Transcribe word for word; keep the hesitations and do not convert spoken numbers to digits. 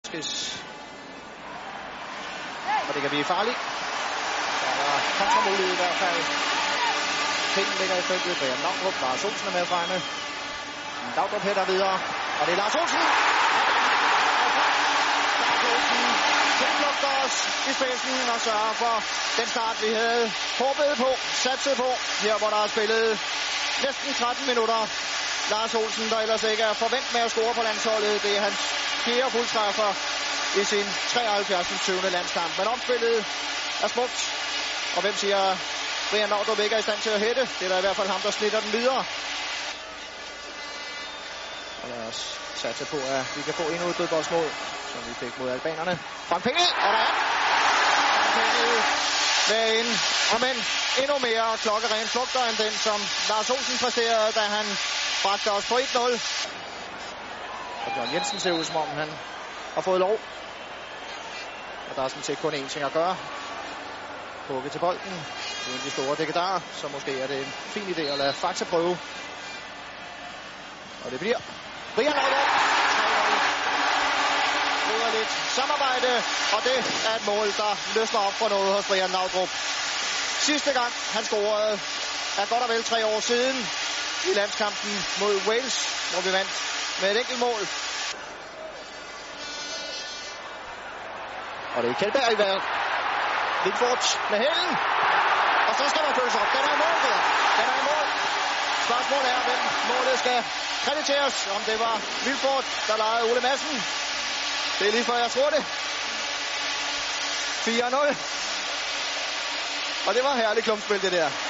Velasquez. Og det kan blive farligt. Der er kontramulighed i hvert fald. Pinden ligger i feltet. Brian Laudrup. Lars Olsen er med fremme. Laudrup hætter videre. Og det er Lars Olsen. Lars Olsen tilflugter os i spidsen og sørger for den start, vi havde håbet på, satset på. Her hvor der er spillet næsten tretten minutter. Lars Olsen, der ellers ikke er forvent med at score på landsholdet. Det er hans fjerde fuldtræffer i sin treoghalvfjerdsende landskamp. Men omspillet er smukt. Og hvem siger, Brian Laudrup ikke er i stand til at hætte? Det er der i hvert fald ham, der snitter den videre. Og lad os satse på, at vi kan få endnu et dødboldsmål, som vi fik mod albanerne. Frank Pengel, og der er Frank Pengel med en, og men endnu mere klokkeren flugter end den, som Lars Olsen præsterede, da han bragte os på et nul. Og Bjørn Jensen ser ud, som om han har fået lov. Og der er sådan set kun én ting at gøre. Hugge til bolden. Uden de store dækkedarer, så måske er det en fin idé at lade Faxe prøve. Og det bliver Brian Laudrup. Det er lidt samarbejde, og det er et mål, der løsner op for noget hos Brian Laudrup. Sidste gang han scorede er godt og vel tre år siden i landskampen mod Wales, hvor vi vandt med et enkelt mål. Og det er Kjeldberg i vejret. Vilfort med hælden. Og så skal der følges op. Den er i mål, der. Den er i mål. Spørgsmålet er, hvem målet skal krediteres. Om det var Vilfort, der legede Ole Madsen. Det er lige før jeg tror det. fire nul. Og det var herligt klumpspil, det der.